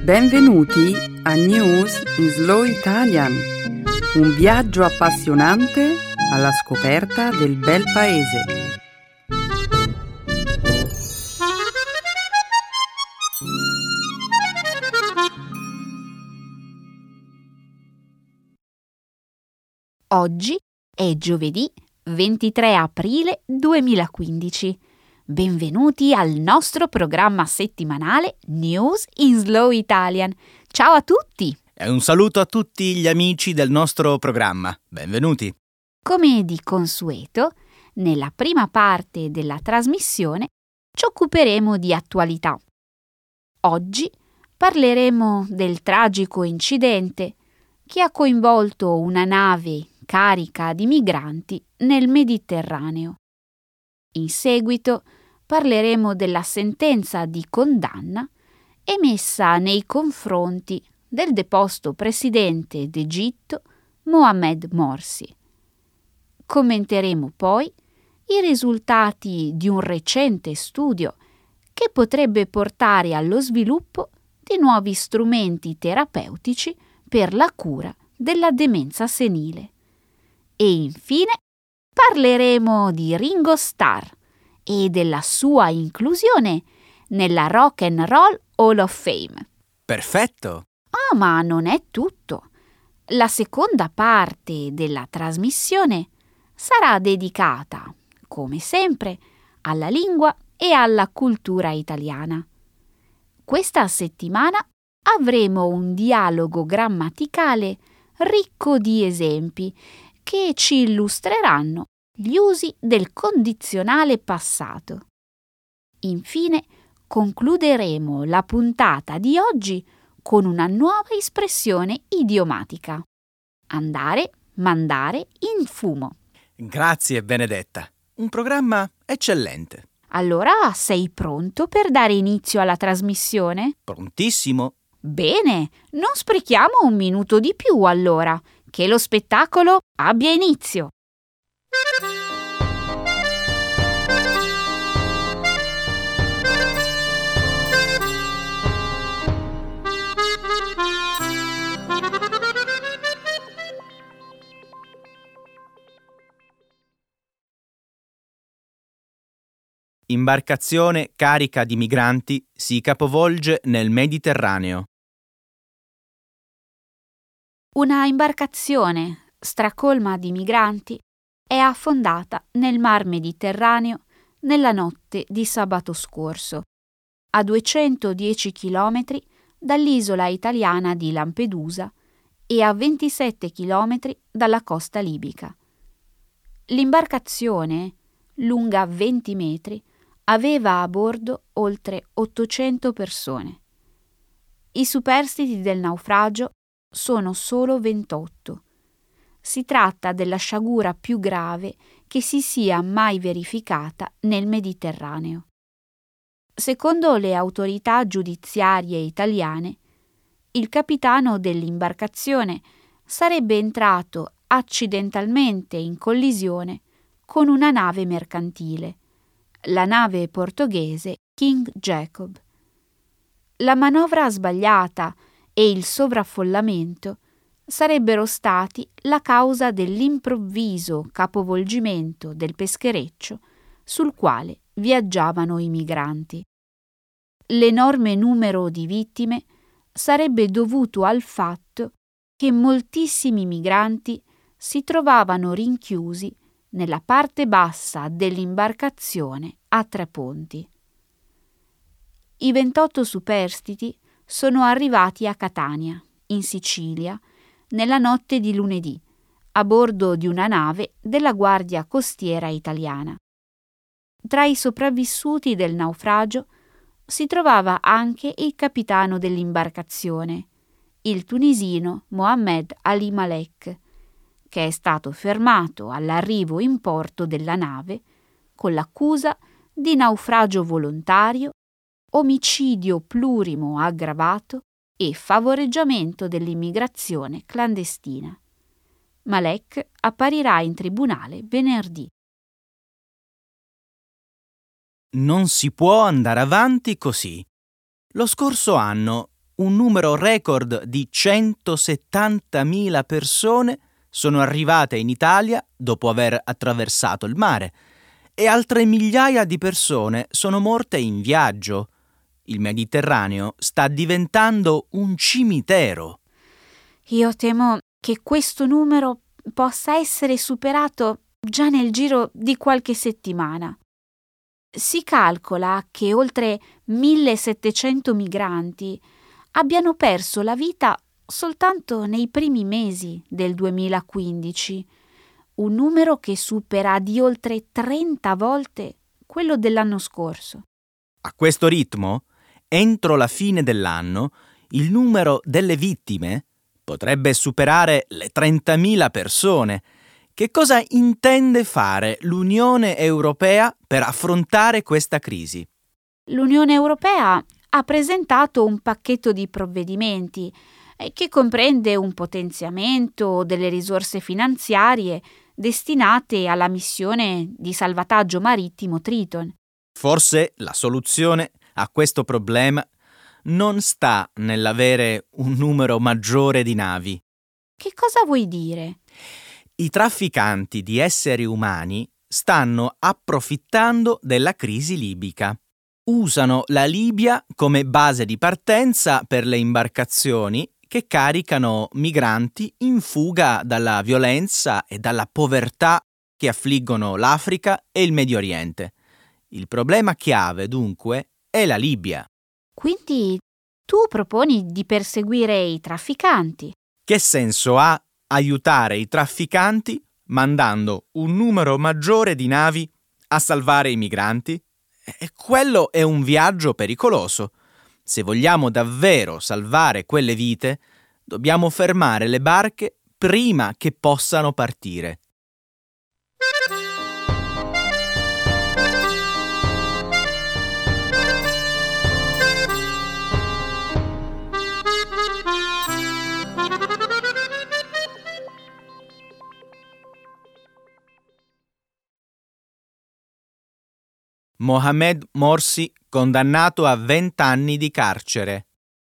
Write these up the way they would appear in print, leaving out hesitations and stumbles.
Benvenuti a News in Slow Italian, un viaggio appassionante alla scoperta del bel paese. Oggi è giovedì 23 aprile 2015. Benvenuti al nostro programma settimanale News in Slow Italian. Ciao a tutti! E un saluto a tutti gli amici del nostro programma. Benvenuti! Come di consueto, nella prima parte della trasmissione ci occuperemo di attualità. Oggi parleremo del tragico incidente che ha coinvolto una nave carica di migranti nel Mediterraneo. In seguito parleremo della sentenza di condanna emessa nei confronti del deposto presidente d'Egitto Mohamed Morsi. Commenteremo poi i risultati di un recente studio che potrebbe portare allo sviluppo di nuovi strumenti terapeutici per la cura della demenza senile. E infine parleremo di Ringo Starr e della sua inclusione nella Rock and Roll Hall of Fame. Perfetto! Ma non è tutto. La seconda parte della trasmissione sarà dedicata, come sempre, alla lingua e alla cultura italiana. Questa settimana avremo un dialogo grammaticale ricco di esempi che ci illustreranno gli usi del condizionale passato. Infine, concluderemo la puntata di oggi con una nuova espressione idiomatica. Andare, mandare in fumo. Grazie, Benedetta. Un programma eccellente. Allora, sei pronto per dare inizio alla trasmissione? Prontissimo. Bene, non sprechiamo un minuto di più allora. Che lo spettacolo abbia inizio. Imbarcazione carica di migranti si capovolge nel Mediterraneo. Una imbarcazione stracolma di migranti è affondata nel Mar Mediterraneo nella notte di sabato scorso, a 210 chilometri dall'isola italiana di Lampedusa e a 27 chilometri dalla costa libica. L'imbarcazione, lunga 20 metri, aveva a bordo oltre 800 persone. I superstiti del naufragio sono solo 28. Si tratta della sciagura più grave che si sia mai verificata nel Mediterraneo. Secondo le autorità giudiziarie italiane, il capitano dell'imbarcazione sarebbe entrato accidentalmente in collisione con una nave mercantile, la nave portoghese King Jacob. La manovra sbagliata e il sovraffollamento sarebbero stati la causa dell'improvviso capovolgimento del peschereccio sul quale viaggiavano i migranti. L'enorme numero di vittime sarebbe dovuto al fatto che moltissimi migranti si trovavano rinchiusi nella parte bassa dell'imbarcazione a 3 ponti. I 28 superstiti sono arrivati a Catania, in Sicilia, nella notte di lunedì, a bordo di una nave della Guardia Costiera italiana. Tra i sopravvissuti del naufragio si trovava anche il capitano dell'imbarcazione, il tunisino Mohamed Ali Malek, che è stato fermato all'arrivo in porto della nave con l'accusa di naufragio volontario, omicidio plurimo aggravato e favoreggiamento dell'immigrazione clandestina. Malek apparirà in tribunale venerdì. Non si può andare avanti così. Lo scorso anno un numero record di 170.000 persone sono arrivate in Italia dopo aver attraversato il mare e altre migliaia di persone sono morte in viaggio. Il Mediterraneo sta diventando un cimitero. Io temo che questo numero possa essere superato già nel giro di qualche settimana. Si calcola che oltre 1.700 migranti abbiano perso la vita soltanto nei primi mesi del 2015, un numero che supera di oltre 30 volte quello dell'anno scorso. A questo ritmo, entro la fine dell'anno, il numero delle vittime potrebbe superare le 30.000 persone. Che cosa intende fare l'Unione Europea per affrontare questa crisi? L'Unione Europea ha presentato un pacchetto di provvedimenti che comprende un potenziamento delle risorse finanziarie destinate alla missione di salvataggio marittimo Triton. Forse la soluzione a questo problema non sta nell'avere un numero maggiore di navi. Che cosa vuoi dire? I trafficanti di esseri umani stanno approfittando della crisi libica. Usano la Libia come base di partenza per le imbarcazioni che caricano migranti in fuga dalla violenza e dalla povertà che affliggono l'Africa e il Medio Oriente. Il problema chiave, dunque, è la Libia. Quindi tu proponi di perseguire i trafficanti? Che senso ha aiutare i trafficanti mandando un numero maggiore di navi a salvare i migranti? E quello è un viaggio pericoloso. Se vogliamo davvero salvare quelle vite, dobbiamo fermare le barche prima che possano partire. Mohamed Morsi condannato a 20 anni di carcere.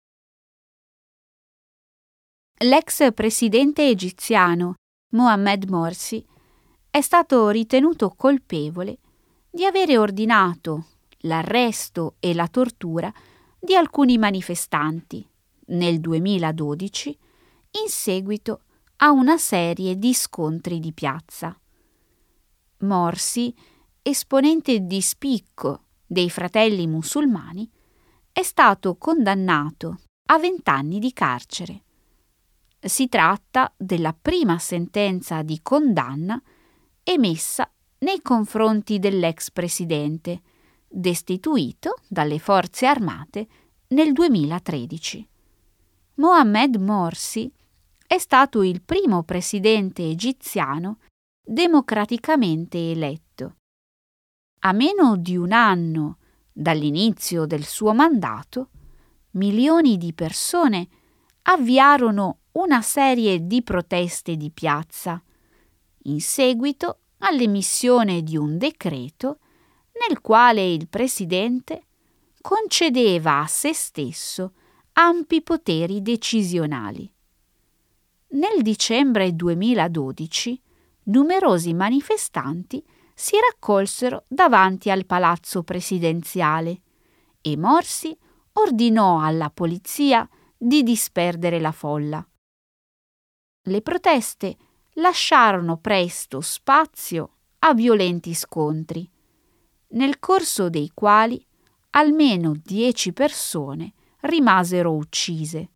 L'ex presidente egiziano Mohamed Morsi è stato ritenuto colpevole di avere ordinato l'arresto e la tortura di alcuni manifestanti nel 2012 in seguito a una serie di scontri di piazza. Morsi, esponente di spicco dei Fratelli Musulmani, è stato condannato a 20 anni di carcere. Si tratta della prima sentenza di condanna emessa nei confronti dell'ex presidente, destituito dalle forze armate nel 2013. Mohamed Morsi è stato il primo presidente egiziano democraticamente eletto. A meno di un anno dall'inizio del suo mandato, milioni di persone avviarono una serie di proteste di piazza, in seguito all'emissione di un decreto nel quale il presidente concedeva a se stesso ampi poteri decisionali. Nel dicembre 2012, numerosi manifestanti si raccolsero davanti al palazzo presidenziale e Morsi ordinò alla polizia di disperdere la folla. Le proteste lasciarono presto spazio a violenti scontri, nel corso dei quali almeno 10 persone rimasero uccise.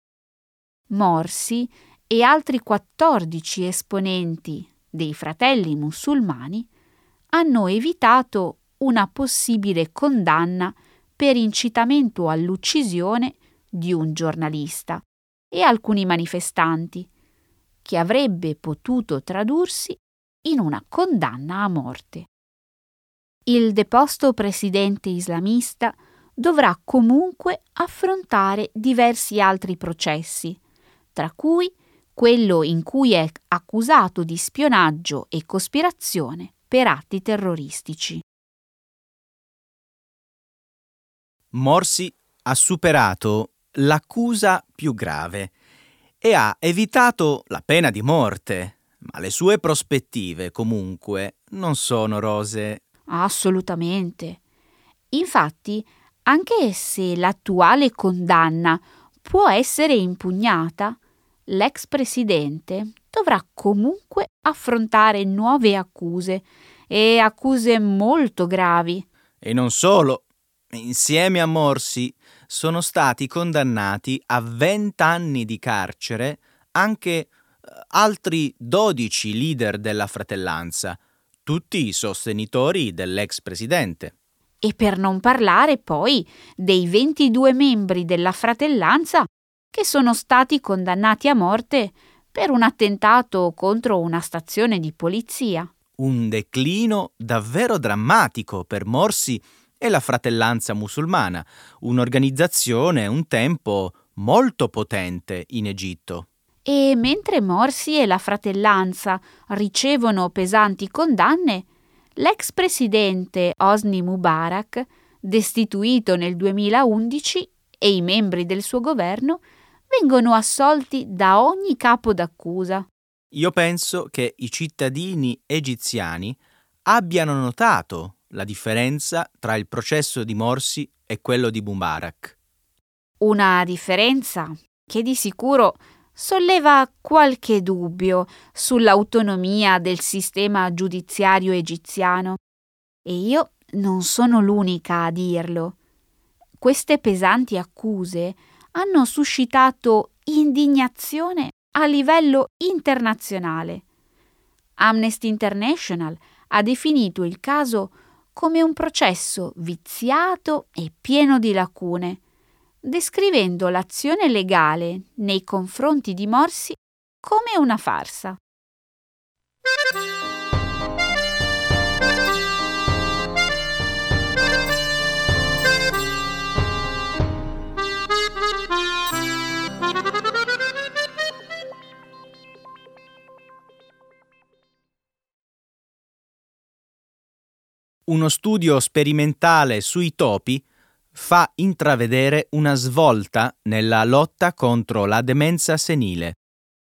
Morsi e altri 14 esponenti dei Fratelli Musulmani hanno evitato una possibile condanna per incitamento all'uccisione di un giornalista e alcuni manifestanti, che avrebbe potuto tradursi in una condanna a morte. Il deposto presidente islamista dovrà comunque affrontare diversi altri processi, tra cui quello in cui è accusato di spionaggio e cospirazione per atti terroristici. Morsi ha superato l'accusa più grave e ha evitato la pena di morte, ma le sue prospettive comunque non sono rosee. Assolutamente. Infatti, anche se l'attuale condanna può essere impugnata, l'ex presidente dovrà comunque affrontare nuove accuse e accuse molto gravi. E non solo, insieme a Morsi sono stati condannati a 20 anni di carcere anche altri 12 leader della Fratellanza, tutti sostenitori dell'ex presidente. E per non parlare poi dei 22 membri della Fratellanza che sono stati condannati a morte per un attentato contro una stazione di polizia. Un declino davvero drammatico per Morsi e la Fratellanza musulmana, un'organizzazione un tempo molto potente in Egitto. E mentre Morsi e la Fratellanza ricevono pesanti condanne, l'ex presidente Hosni Mubarak, destituito nel 2011, e i membri del suo governo vengono assolti da ogni capo d'accusa. Io penso che i cittadini egiziani abbiano notato la differenza tra il processo di Morsi e quello di Mubarak. Una differenza che di sicuro solleva qualche dubbio sull'autonomia del sistema giudiziario egiziano. E io non sono l'unica a dirlo. Queste pesanti accuse hanno suscitato indignazione a livello internazionale. Amnesty International ha definito il caso come un processo viziato e pieno di lacune, descrivendo l'azione legale nei confronti di Morsi come una farsa. Uno studio sperimentale sui topi fa intravedere una svolta nella lotta contro la demenza senile.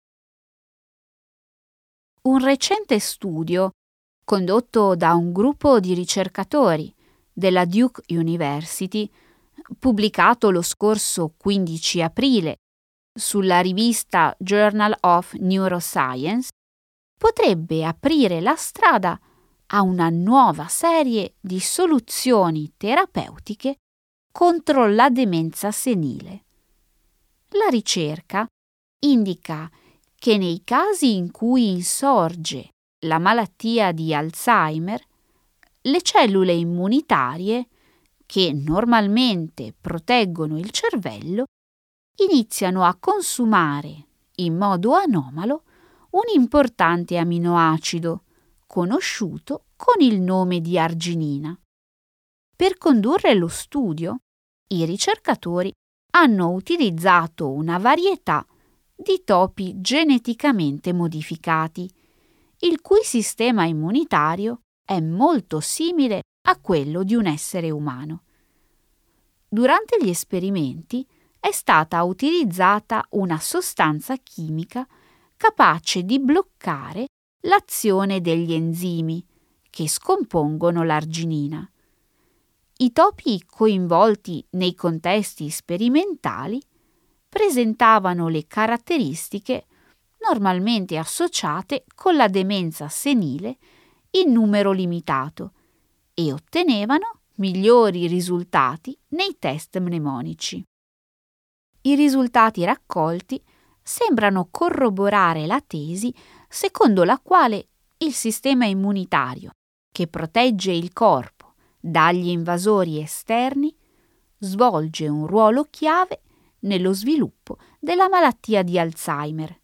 Un recente studio, condotto da un gruppo di ricercatori della Duke University, pubblicato lo scorso 15 aprile sulla rivista Journal of Neuroscience, potrebbe aprire la strada a una nuova serie di soluzioni terapeutiche contro la demenza senile. La ricerca indica che nei casi in cui insorge la malattia di Alzheimer, le cellule immunitarie, che normalmente proteggono il cervello, iniziano a consumare in modo anomalo un importante aminoacido, conosciuto con il nome di arginina. Per condurre lo studio, i ricercatori hanno utilizzato una varietà di topi geneticamente modificati, il cui sistema immunitario è molto simile a quello di un essere umano. Durante gli esperimenti è stata utilizzata una sostanza chimica capace di bloccare l'azione degli enzimi che scompongono l'arginina. I topi coinvolti nei contesti sperimentali presentavano le caratteristiche normalmente associate con la demenza senile in numero limitato e ottenevano migliori risultati nei test mnemonici. I risultati raccolti sembrano corroborare la tesi secondo la quale il sistema immunitario, che protegge il corpo dagli invasori esterni, svolge un ruolo chiave nello sviluppo della malattia di Alzheimer.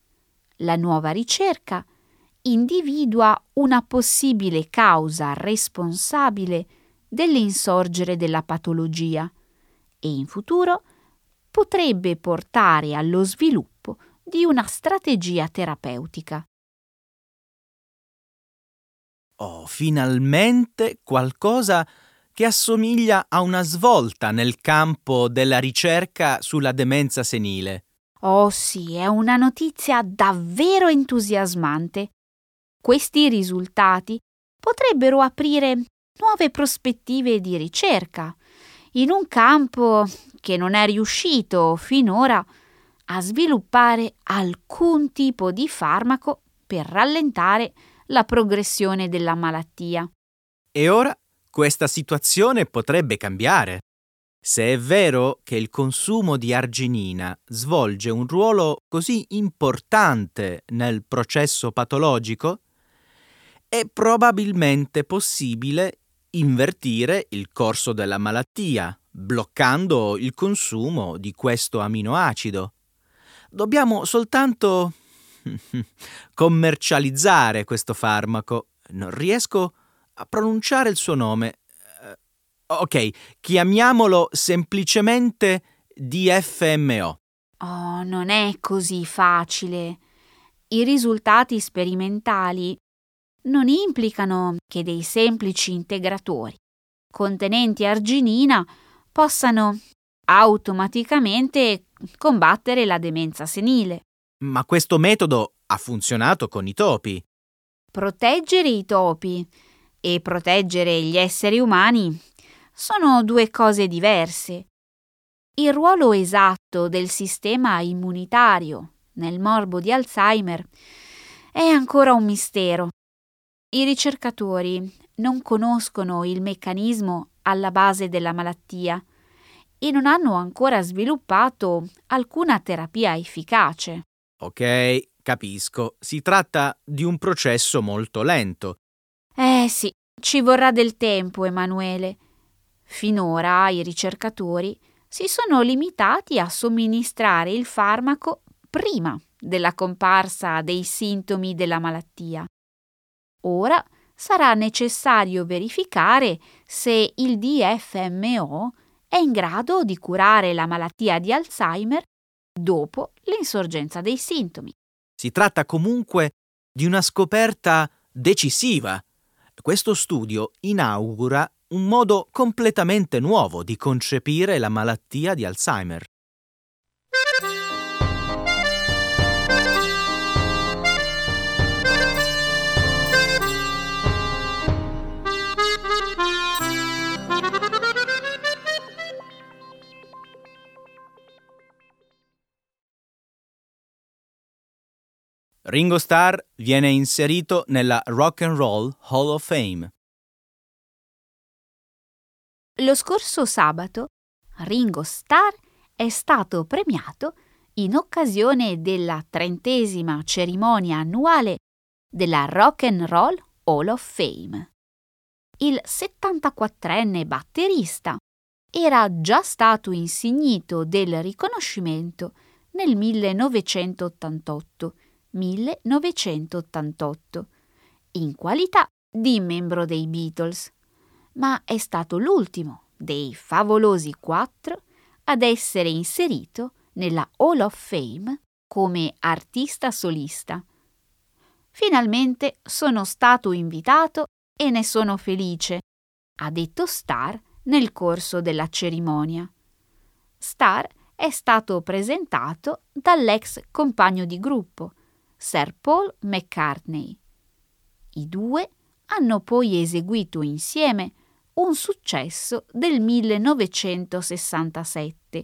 La nuova ricerca individua una possibile causa responsabile dell'insorgere della patologia e in futuro potrebbe portare allo sviluppo di una strategia terapeutica. Oh, finalmente qualcosa che assomiglia a una svolta nel campo della ricerca sulla demenza senile. Oh sì, è una notizia davvero entusiasmante. Questi risultati potrebbero aprire nuove prospettive di ricerca in un campo che non è riuscito finora a sviluppare alcun tipo di farmaco per rallentare la progressione della malattia. E ora questa situazione potrebbe cambiare. Se è vero che il consumo di arginina svolge un ruolo così importante nel processo patologico, è probabilmente possibile invertire il corso della malattia, bloccando il consumo di questo aminoacido. Dobbiamo soltanto commercializzare questo farmaco. Non riesco a pronunciare il suo nome. Ok, chiamiamolo semplicemente DFMO. Oh, non è così facile. I risultati sperimentali non implicano che dei semplici integratori contenenti arginina possano automaticamente combattere la demenza senile. Ma questo metodo ha funzionato con i topi. Proteggere i topi e proteggere gli esseri umani sono due cose diverse. Il ruolo esatto del sistema immunitario nel morbo di Alzheimer è ancora un mistero. I ricercatori non conoscono il meccanismo alla base della malattia e non hanno ancora sviluppato alcuna terapia efficace. Ok, capisco. Si tratta di un processo molto lento. Sì, ci vorrà del tempo, Emanuele. Finora i ricercatori si sono limitati a somministrare il farmaco prima della comparsa dei sintomi della malattia. Ora sarà necessario verificare se il DFMO è in grado di curare la malattia di Alzheimer dopo l'insorgenza dei sintomi. Si tratta comunque di una scoperta decisiva. Questo studio inaugura un modo completamente nuovo di concepire la malattia di Alzheimer. Ringo Starr viene inserito nella Rock and Roll Hall of Fame. Lo scorso sabato Ringo Starr è stato premiato in occasione della 30ª cerimonia annuale della Rock and Roll Hall of Fame. Il 74enne batterista era già stato insignito del riconoscimento nel 1988, in qualità di membro dei Beatles, ma è stato l'ultimo dei favolosi 4 ad essere inserito nella Hall of Fame come artista solista. Finalmente sono stato invitato e ne sono felice, ha detto Starr nel corso della cerimonia. Starr è stato presentato dall'ex compagno di gruppo, Sir Paul McCartney. I due hanno poi eseguito insieme un successo del 1967,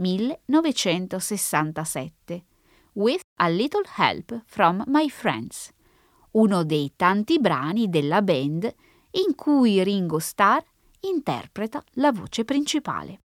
With a Little Help from My Friends, uno dei tanti brani della band in cui Ringo Starr interpreta la voce principale.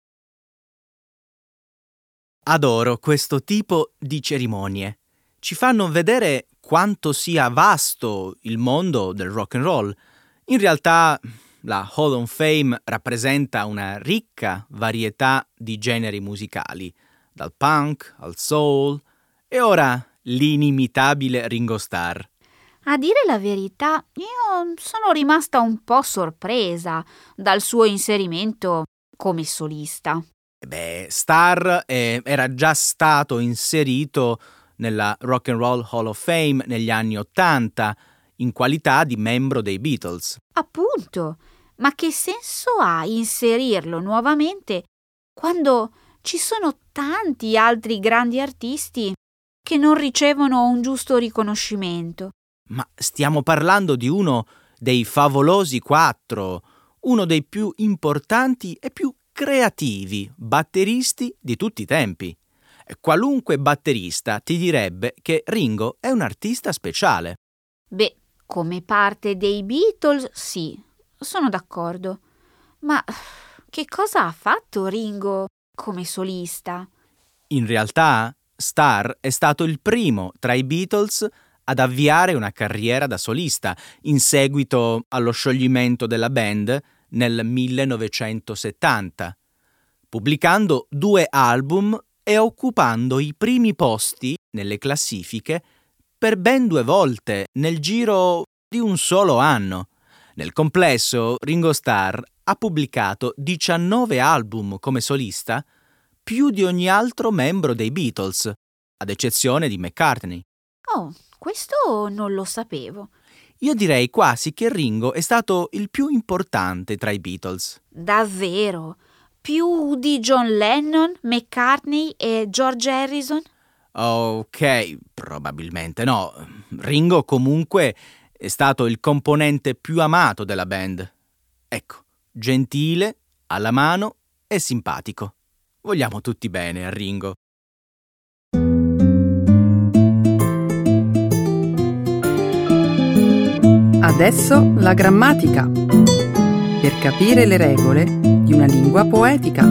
Adoro questo tipo di cerimonie. Ci fanno vedere quanto sia vasto il mondo del rock and roll. In realtà la Hall of Fame rappresenta una ricca varietà di generi musicali, dal punk al soul e ora l'inimitabile Ringo Starr. A dire la verità, io sono rimasta un po' sorpresa dal suo inserimento come solista. Starr era già stato inserito nella Rock and Roll Hall of Fame negli anni '80 in qualità di membro dei Beatles. Appunto, Ma che senso ha inserirlo nuovamente quando ci sono tanti altri grandi artisti che non ricevono un giusto riconoscimento? Ma stiamo parlando di uno dei favolosi 4, uno dei più importanti e più creativi batteristi di tutti i tempi. Qualunque batterista ti direbbe che Ringo è un artista speciale. Beh, come parte dei Beatles, sì, sono d'accordo. Ma che cosa ha fatto Ringo come solista? In realtà, Starr è stato il primo tra i Beatles ad avviare una carriera da solista in seguito allo scioglimento della band nel 1970, pubblicando 2 album e occupando i primi posti nelle classifiche per ben 2 volte nel giro di un solo anno. Nel complesso, Ringo Starr ha pubblicato 19 album come solista, più di ogni altro membro dei Beatles, ad eccezione di McCartney. Oh, questo non lo sapevo. Io direi quasi che Ringo è stato il più importante tra i Beatles. Davvero? Più di John Lennon, McCartney e George Harrison? Ok, probabilmente no. Ringo comunque è stato il componente più amato della band. Ecco, gentile, alla mano e simpatico. Vogliamo tutti bene a Ringo. Adesso la grammatica, per capire le regole di una lingua poetica.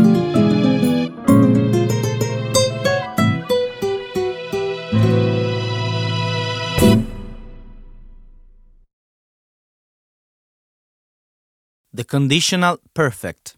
The conditional perfect.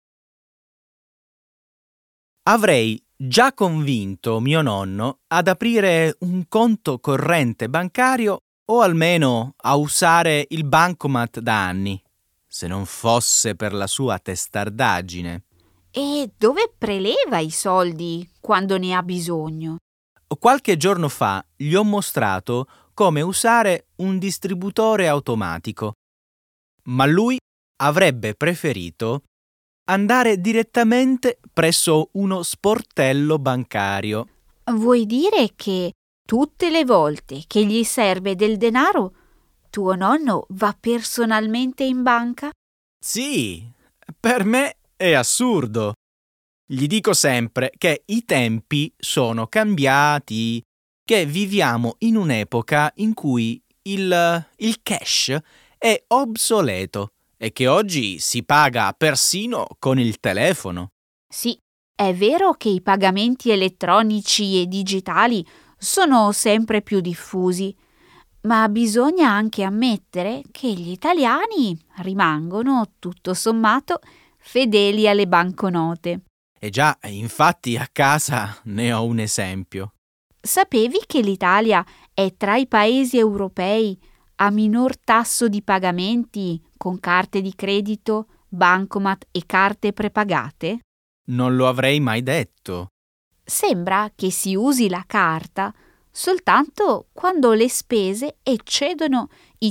Avrei già convinto mio nonno ad aprire un conto corrente bancario o almeno a usare il bancomat da anni, se non fosse per la sua testardaggine. E dove preleva i soldi quando ne ha bisogno? Qualche giorno fa gli ho mostrato come usare un distributore automatico, ma lui avrebbe preferito andare direttamente presso uno sportello bancario. Vuoi dire che tutte le volte che gli serve del denaro, tuo nonno va personalmente in banca? Sì, per me è assurdo. Gli dico sempre che i tempi sono cambiati, che viviamo in un'epoca in cui il cash è obsoleto e che oggi si paga persino con il telefono. Sì, è vero che i pagamenti elettronici e digitali sono sempre più diffusi, ma bisogna anche ammettere che gli italiani rimangono, tutto sommato, fedeli alle banconote. E già, infatti a casa ne ho un esempio. Sapevi che l'Italia è tra i paesi europei a minor tasso di pagamenti con carte di credito, bancomat e carte prepagate? Non lo avrei mai detto. Sembra che si usi la carta soltanto quando le spese eccedono i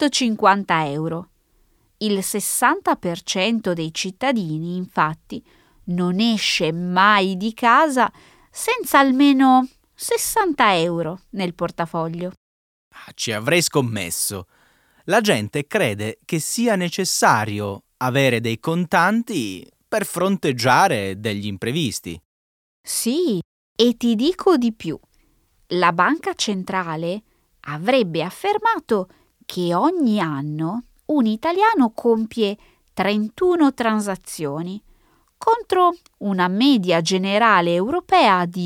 150 euro. Il 60% dei cittadini, infatti, non esce mai di casa senza almeno 60 euro nel portafoglio. Ci avrei scommesso. La gente crede che sia necessario avere dei contanti per fronteggiare degli imprevisti. Sì, e ti dico di più. La banca centrale avrebbe affermato che ogni anno un italiano compie 31 transazioni contro una media generale europea di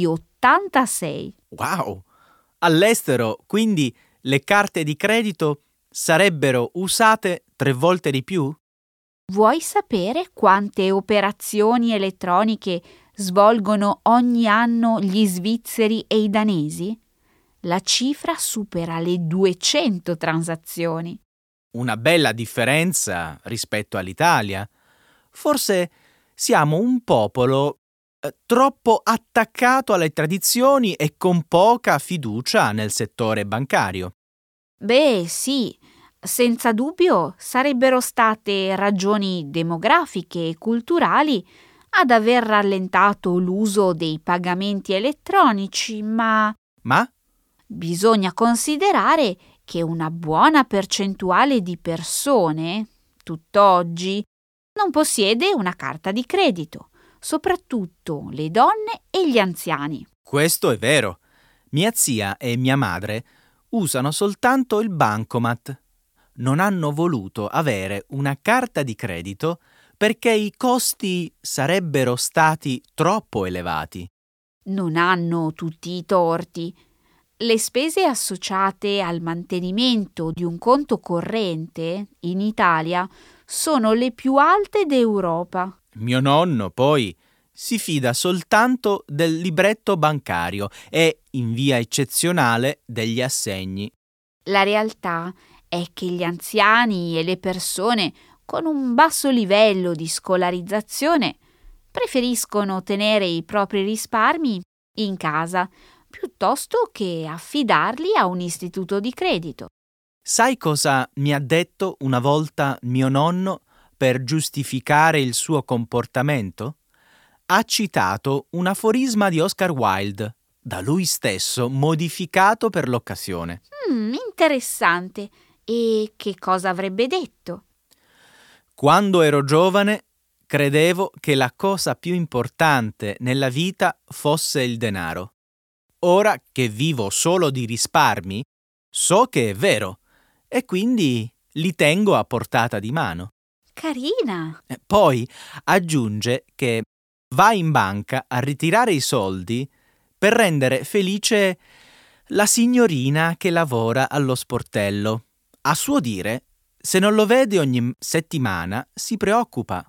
86. Wow! All'estero, quindi, le carte di credito sarebbero usate 3 volte di più? Vuoi sapere quante operazioni elettroniche svolgono ogni anno gli svizzeri e i danesi? La cifra supera le 200 transazioni. Una bella differenza rispetto all'Italia. Forse siamo un popolo troppo attaccato alle tradizioni e con poca fiducia nel settore bancario. Beh, sì, Senza dubbio sarebbero state ragioni demografiche e culturali ad aver rallentato l'uso dei pagamenti elettronici, ma bisogna considerare che una buona percentuale di persone, tutt'oggi, non possiede una carta di credito, soprattutto le donne e gli anziani. Questo è vero. Mia zia e mia madre usano soltanto il bancomat. Non hanno voluto avere una carta di credito perché i costi sarebbero stati troppo elevati. Non hanno tutti i torti. Le spese associate al mantenimento di un conto corrente in Italia sono le più alte d'Europa. Mio nonno, poi, si fida soltanto del libretto bancario e, in via eccezionale, degli assegni. La realtà è che gli anziani e le persone con un basso livello di scolarizzazione preferiscono tenere i propri risparmi in casa piuttosto che affidarli a un istituto di credito. Sai cosa mi ha detto una volta mio nonno per giustificare il suo comportamento? Ha citato un aforisma di Oscar Wilde, da lui stesso modificato per l'occasione. Interessante. E che cosa avrebbe detto? Quando ero giovane, credevo che la cosa più importante nella vita fosse il denaro. Ora che vivo solo di risparmi, so che è vero e quindi li tengo a portata di mano. Carina! Poi aggiunge che va in banca a ritirare i soldi per rendere felice la signorina che lavora allo sportello. A suo dire, se non lo vede ogni settimana, si preoccupa.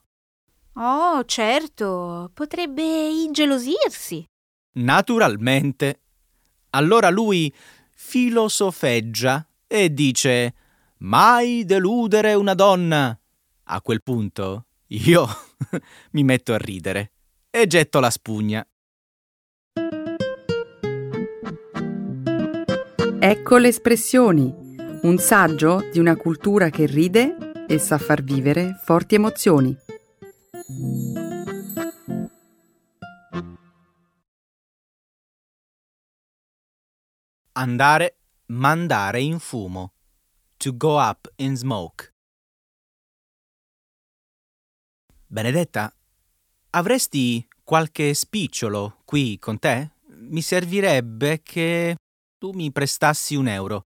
Oh, certo, potrebbe ingelosirsi. Naturalmente. Allora lui filosofeggia e dice: mai deludere una donna. A quel punto io mi metto a ridere e getto la spugna. Ecco le espressioni, un saggio di una cultura che ride e sa far vivere forti emozioni. Andare, mandare in fumo. To go up in smoke. Benedetta, avresti qualche spicciolo qui con te? Mi servirebbe che tu mi prestassi €1.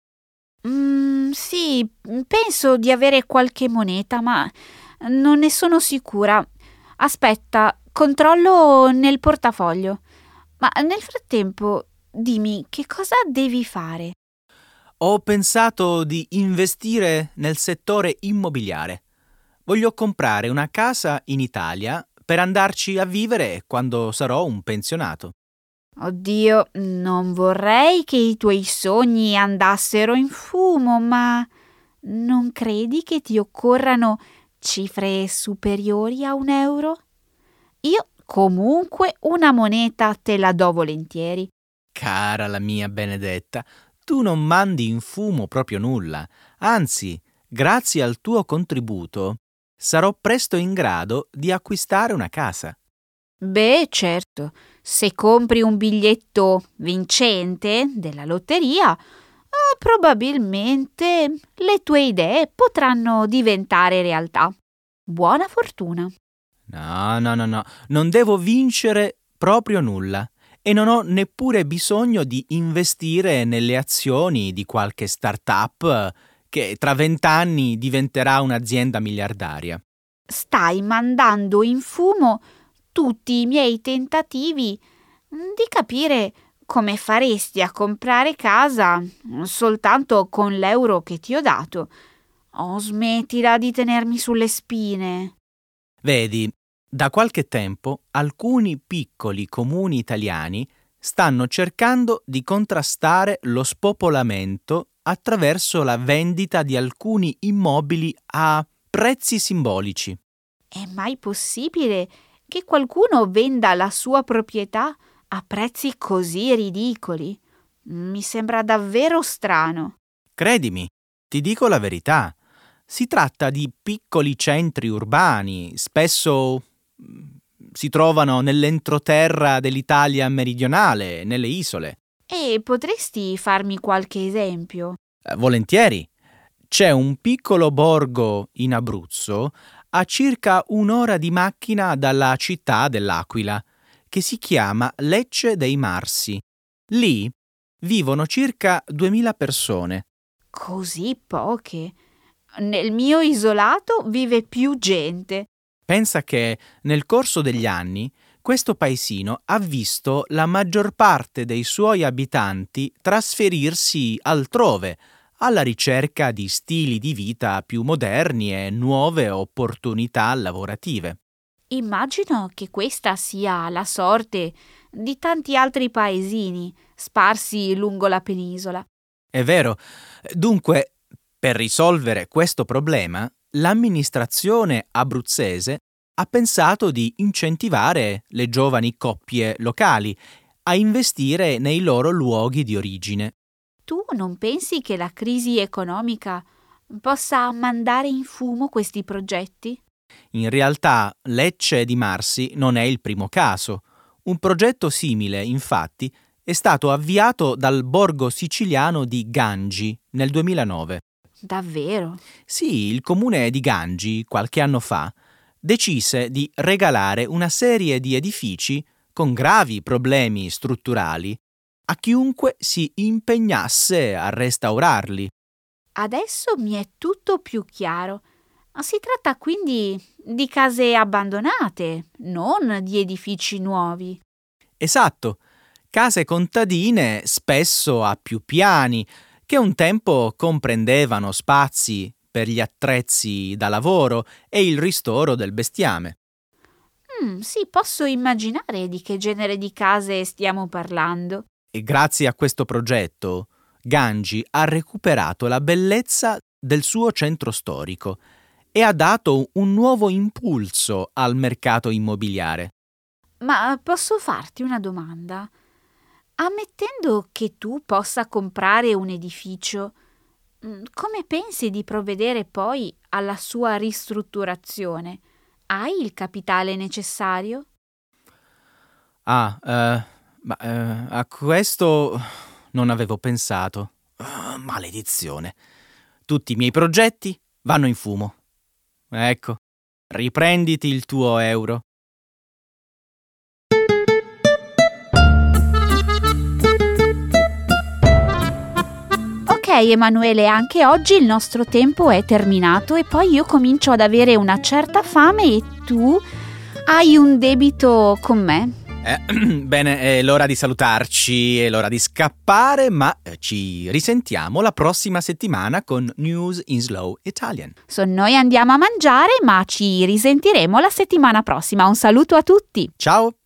Sì, penso di avere qualche moneta, ma non ne sono sicura. Aspetta, controllo nel portafoglio. Ma nel frattempo, dimmi, che cosa devi fare? Ho pensato di investire nel settore immobiliare. Voglio comprare una casa in Italia per andarci a vivere quando sarò un pensionato. Oddio, non vorrei che i tuoi sogni andassero in fumo, ma non credi che ti occorrano cifre superiori a €1? Io comunque una moneta te la do volentieri. Cara la mia Benedetta, tu non mandi in fumo proprio nulla. Anzi, grazie al tuo contributo, sarò presto in grado di acquistare una casa. Beh, certo, se compri un biglietto vincente della lotteria, probabilmente le tue idee potranno diventare realtà. Buona fortuna. No, non devo vincere proprio nulla e non ho neppure bisogno di investire nelle azioni di qualche start-up che tra 20 anni diventerà un'azienda miliardaria. Stai mandando in fumo tutti i miei tentativi di capire come faresti a comprare casa soltanto con l'euro che ti ho dato. Oh, smettila di tenermi sulle spine. Vedi, da qualche tempo alcuni piccoli comuni italiani stanno cercando di contrastare lo spopolamento attraverso la vendita di alcuni immobili a prezzi simbolici. È mai possibile che qualcuno venda la sua proprietà a prezzi così ridicoli? Mi sembra davvero strano. Credimi, ti dico la verità, Si tratta di piccoli centri urbani, spesso si trovano nell'entroterra dell'Italia meridionale, nelle isole. E potresti farmi qualche esempio? Volentieri. C'è un piccolo borgo in Abruzzo a circa 1 ora di macchina dalla città dell'Aquila, che si chiama Lecce dei Marsi. Lì vivono circa 2000 persone. Così poche? Nel mio isolato vive più gente. Pensa che nel corso degli anni questo paesino ha visto la maggior parte dei suoi abitanti trasferirsi altrove, alla ricerca di stili di vita più moderni e nuove opportunità lavorative. Immagino che questa sia la sorte di tanti altri paesini sparsi lungo la penisola. È vero. Dunque, per risolvere questo problema, l'amministrazione abruzzese ha pensato di incentivare le giovani coppie locali a investire nei loro luoghi di origine. Tu non pensi che la crisi economica possa mandare in fumo questi progetti? In realtà, Lecce di Marsi non è il primo caso. Un progetto simile, infatti, è stato avviato dal borgo siciliano di Gangi nel 2009. Davvero? Sì, il comune di Gangi, qualche anno fa, decise di regalare una serie di edifici con gravi problemi strutturali a chiunque si impegnasse a restaurarli. Adesso mi è tutto più chiaro. Si tratta quindi di case abbandonate, non di edifici nuovi. Esatto, case contadine spesso a più piani, che un tempo comprendevano spazi per gli attrezzi da lavoro e il ristoro del bestiame. Sì, posso immaginare di che genere di case stiamo parlando. E grazie a questo progetto, Gangi ha recuperato la bellezza del suo centro storico e ha dato un nuovo impulso al mercato immobiliare. Ma posso farti una domanda? Ammettendo che tu possa comprare un edificio, come pensi di provvedere poi alla sua ristrutturazione? Hai il capitale necessario? A questo non avevo pensato. Maledizione. Tutti i miei progetti vanno in fumo. Ecco, riprenditi il tuo euro. Ok, Emanuele, anche oggi il nostro tempo è terminato e poi io comincio ad avere una certa fame e tu hai un debito con me. Bene, è l'ora di salutarci, è l'ora di scappare, ma ci risentiamo la prossima settimana con News in Slow Italian. Noi andiamo a mangiare, ma ci risentiremo la settimana prossima. Un saluto a tutti. Ciao!